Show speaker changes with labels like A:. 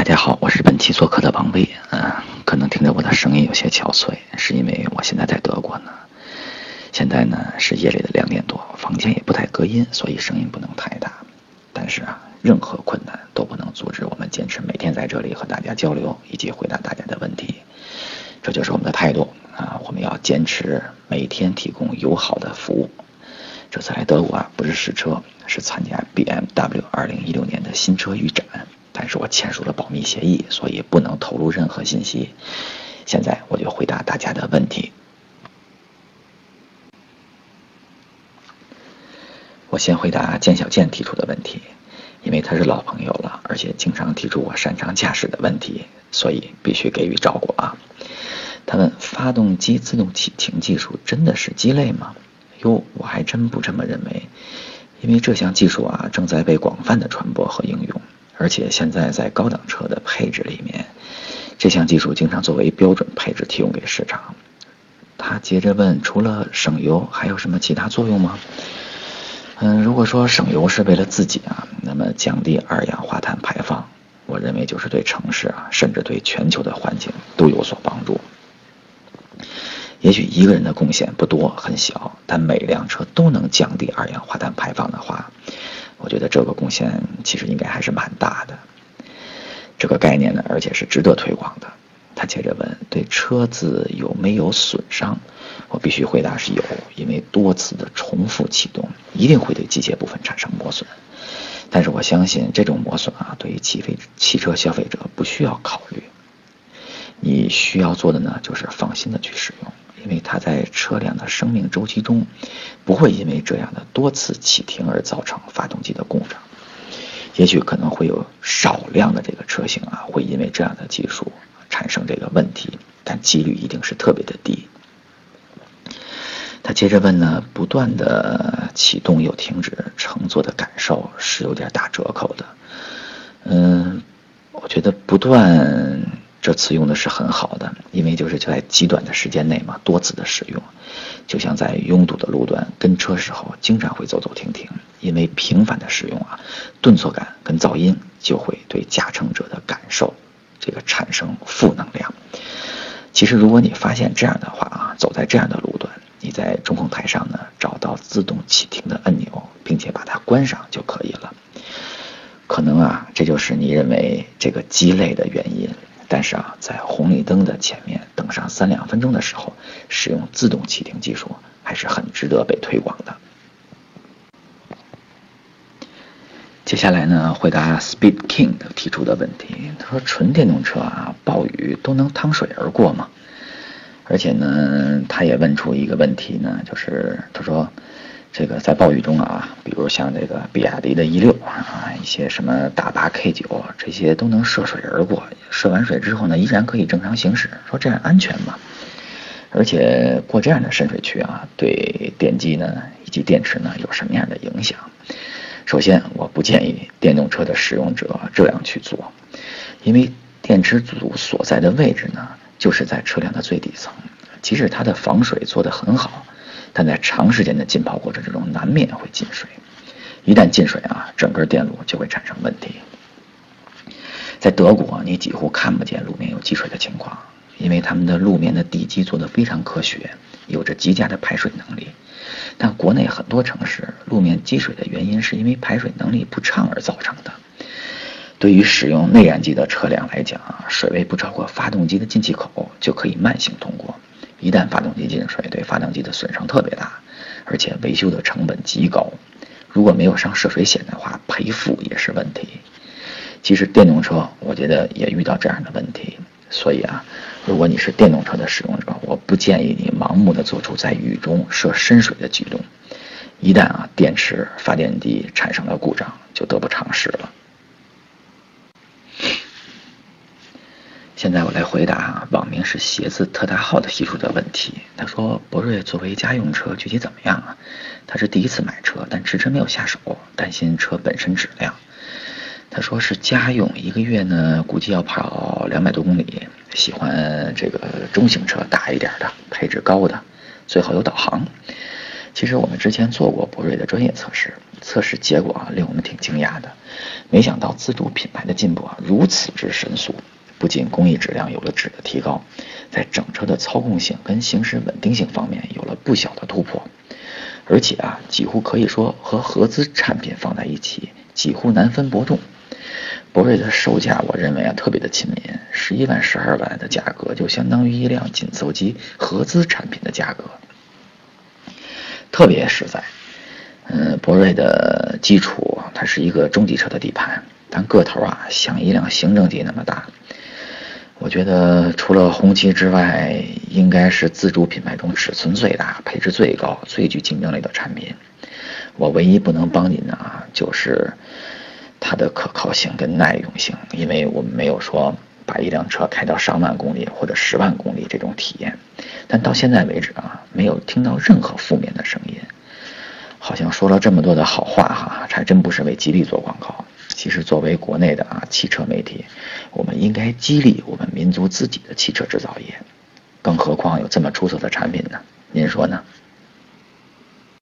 A: 家好，我是本期做客的王威。可能听着我的声音有些憔悴，是因为我现在在德国呢。现在呢是夜里的2点多，房间也不太隔音，所以声音不能太大。但是任何困难都不能阻止我们坚持每天在这里和大家交流，以及回答大家的问题。这就是我们的态度我们要坚持每天提供友好的服务。这次来德国不是试车，是参加 BMW 2016年的新车预展。但是我签署了保密协议，所以不能透露任何信息。现在我就回答大家的问题。我先回答简小健提出的问题，因为他是老朋友了，而且经常提出我擅长驾驶的问题，所以必须给予照顾他问发动机自动启停技术真的是鸡肋吗？我还真不这么认为，因为这项技术正在被广泛的传播和应用。而且现在在高档车的配置里面，这项技术经常作为标准配置提供给市场。他接着问，除了省油还有什么其他作用吗？如果说省油是为了自己那么降低二氧化碳排放，我认为就是对城市甚至对全球的环境都有所帮助。也许一个人的贡献不多很小，但每辆车都能降低二氧化碳排放的话，我觉得这个贡献其实应该还是蛮大的。这个概念呢，而且是值得推广的。他接着问，对车子有没有损伤？我必须回答是有，因为多次的重复启动一定会对机械部分产生磨损。但是我相信这种磨损对于汽车消费者不需要考虑。你需要做的呢，就是放心的去使用，因为它在车辆的生命周期中不会因为这样的多次启停而造成发动机的故障。也许可能会有少量的这个车型会因为这样的技术产生这个问题，但几率一定是特别的低。他接着问呢，不断的启动又停止，乘坐的感受是有点打折扣的。我觉得不断这次用的是很好的，因为就是在极短的时间内多次的使用，就像在拥堵的路段跟车时候经常会走走停停，因为频繁的使用顿挫感跟噪音就会对驾乘者的感受产生负能量。其实如果你发现这样的话走在这样的路段，你在中控台上呢找到自动启停的按钮，并且把它关上就可以了。可能这就是你认为这个鸡肋的原因。但是在红绿灯的前面等上3-2分钟的时候，使用自动启停技术还是很值得被推广的。接下来呢，回答 Speed King 提出的问题。他说，纯电动车暴雨都能趟水而过吗？而且呢，他也问出一个问题呢，就是他说这个在暴雨中比如像这个比亚迪的E6一些什么大8 K9，这些都能涉水而过，涉完水之后呢，依然可以正常行驶。说这样安全吗？而且过这样的深水区对电机呢以及电池呢有什么样的影响？首先，我不建议电动车的使用者这样去做，因为电池组所在的位置呢，就是在车辆的最底层。即使它的防水做得很好，但在长时间的浸泡过程之中，难免会进水。一旦进水整个电路就会产生问题。在德国，你几乎看不见路面有积水的情况，因为他们的路面的地基做得非常科学，有着极佳的排水能力。但国内很多城市路面积水的原因是因为排水能力不畅而造成的。对于使用内燃机的车辆来讲水位不超过发动机的进气口就可以慢行通过。一旦发动机进水，对发动机的损伤特别大，而且维修的成本极高。如果没有上涉水险的话，赔付也是问题。其实电动车我觉得也遇到这样的问题，所以如果你是电动车的使用者，我不建议你盲目的做出在雨中涉深水的举动。一旦电池发电机产生了故障，就得不偿失了。现在我来回答网名是鞋子特大号的提出的问题。他说，博瑞作为家用车具体怎么样他是第一次买车，但迟迟没有下手，担心车本身质量。他说是家用，1个月呢估计要跑200多公里，喜欢这个中型车大一点的，配置高的，最好有导航。 其实我们之前做过博瑞的专业测试，测试结果令我们挺惊讶的。没想到自主品牌的进步如此之神速，不仅工艺质量有了质的提高，在整车的操控性跟行驶稳定性方面有了不小的突破，而且几乎可以说和合资产品放在一起，几乎难分伯仲。博瑞的售价我认为特别的亲民，11万12万的价格就相当于一辆紧凑级合资产品的价格，特别实在。博瑞的基础它是一个中级车的底盘，但个头像一辆行政级那么大。我觉得除了红旗之外，应该是自主品牌中尺寸最大、配置最高、最具竞争力的产品。我唯一不能帮您的就是它的可靠性跟耐用性，因为我们没有说把一辆车开到上万公里或者10万公里这种体验，但到现在为止没有听到任何负面的声音。好像说了这么多的好话还真不是为吉利做广告。其实作为国内的汽车媒体，我们应该激励我们民族自己的汽车制造业，更何况有这么出色的产品呢？您说呢？